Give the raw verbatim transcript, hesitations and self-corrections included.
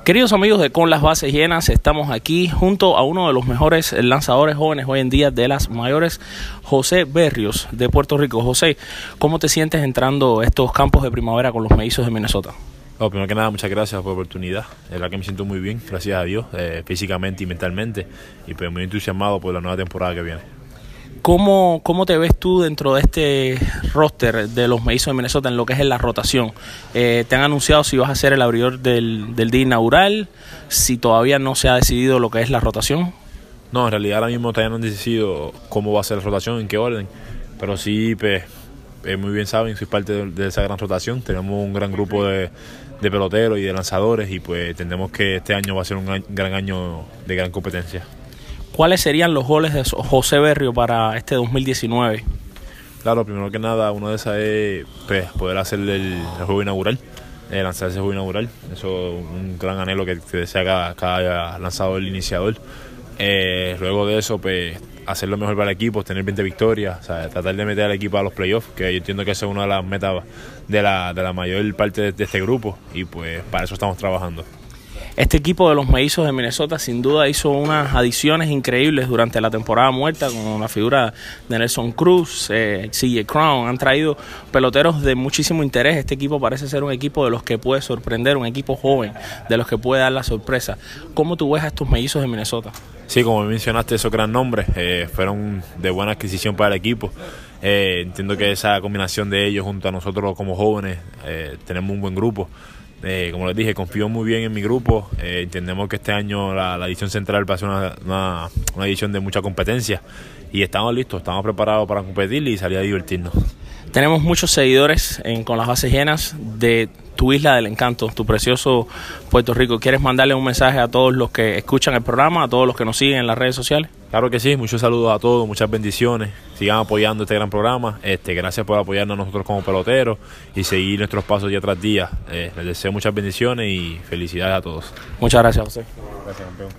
Queridos amigos de Con las Bases Llenas, estamos aquí junto a uno de los mejores lanzadores jóvenes hoy en día de las mayores, José Berrios, de Puerto Rico. José, ¿cómo te sientes entrando a estos campos de primavera con los Mellizos de Minnesota? Bueno, primero que nada, muchas gracias por la oportunidad. Es verdad que me siento muy bien, gracias a Dios, eh, físicamente y mentalmente, y pues muy entusiasmado por la nueva temporada que viene. ¿Cómo, ¿Cómo te ves tú dentro de este roster de los Mellizos de Minnesota en lo que es en la rotación? Eh, ¿Te han anunciado si vas a ser el abridor del, del día inaugural? Si todavía no se ha decidido lo que es la rotación. No, en realidad ahora mismo todavía no han decidido cómo va a ser la rotación, en qué orden, pero sí, pues, eh, muy bien saben, soy parte de, de esa gran rotación. Tenemos un gran grupo de, de peloteros y de lanzadores y pues entendemos que este año va a ser un gran año de gran competencia. ¿Cuáles serían los goles de José Berrios para este dos mil diecinueve? Claro, primero que nada, uno de esas es pues, poder hacer el, el juego inaugural, eh, lanzar ese juego inaugural. Eso es un gran anhelo que, que desea cada, cada lanzador iniciador. Eh, luego de eso, pues hacer lo mejor para el equipo, tener veinte victorias, o sea, tratar de meter al equipo a los playoffs, que yo entiendo que esa es una de las metas de la, de la mayor parte de, de este grupo, y pues para eso estamos trabajando. Este equipo de los Mellizos de Minnesota sin duda hizo unas adiciones increíbles durante la temporada muerta con la figura de Nelson Cruz, eh, C J Cron. Han traído peloteros de muchísimo interés. Este equipo parece ser un equipo de los que puede sorprender, un equipo joven, de los que puede dar la sorpresa. ¿Cómo tú ves a estos Mellizos de Minnesota? Sí, como mencionaste, esos gran nombres eh, fueron de buena adquisición para el equipo. Eh, entiendo que esa combinación de ellos junto a nosotros como jóvenes eh, tenemos un buen grupo. Eh, como les dije, confío muy bien en mi grupo. Eh, entendemos que este año la, la edición central va a ser una, una, una edición de mucha competencia y estamos listos, estamos preparados para competir y salir a divertirnos. Tenemos muchos seguidores en Con las Bases Llenas de tu isla del encanto, tu precioso Puerto Rico. ¿Quieres mandarle un mensaje a todos los que escuchan el programa, a todos los que nos siguen en las redes sociales? Claro que sí, muchos saludos a todos, muchas bendiciones. Sigan apoyando este gran programa. Este, gracias por apoyarnos a nosotros como peloteros y seguir nuestros pasos día tras día. Eh, les deseo muchas bendiciones y felicidades a todos. Muchas gracias, José. Gracias, campeón.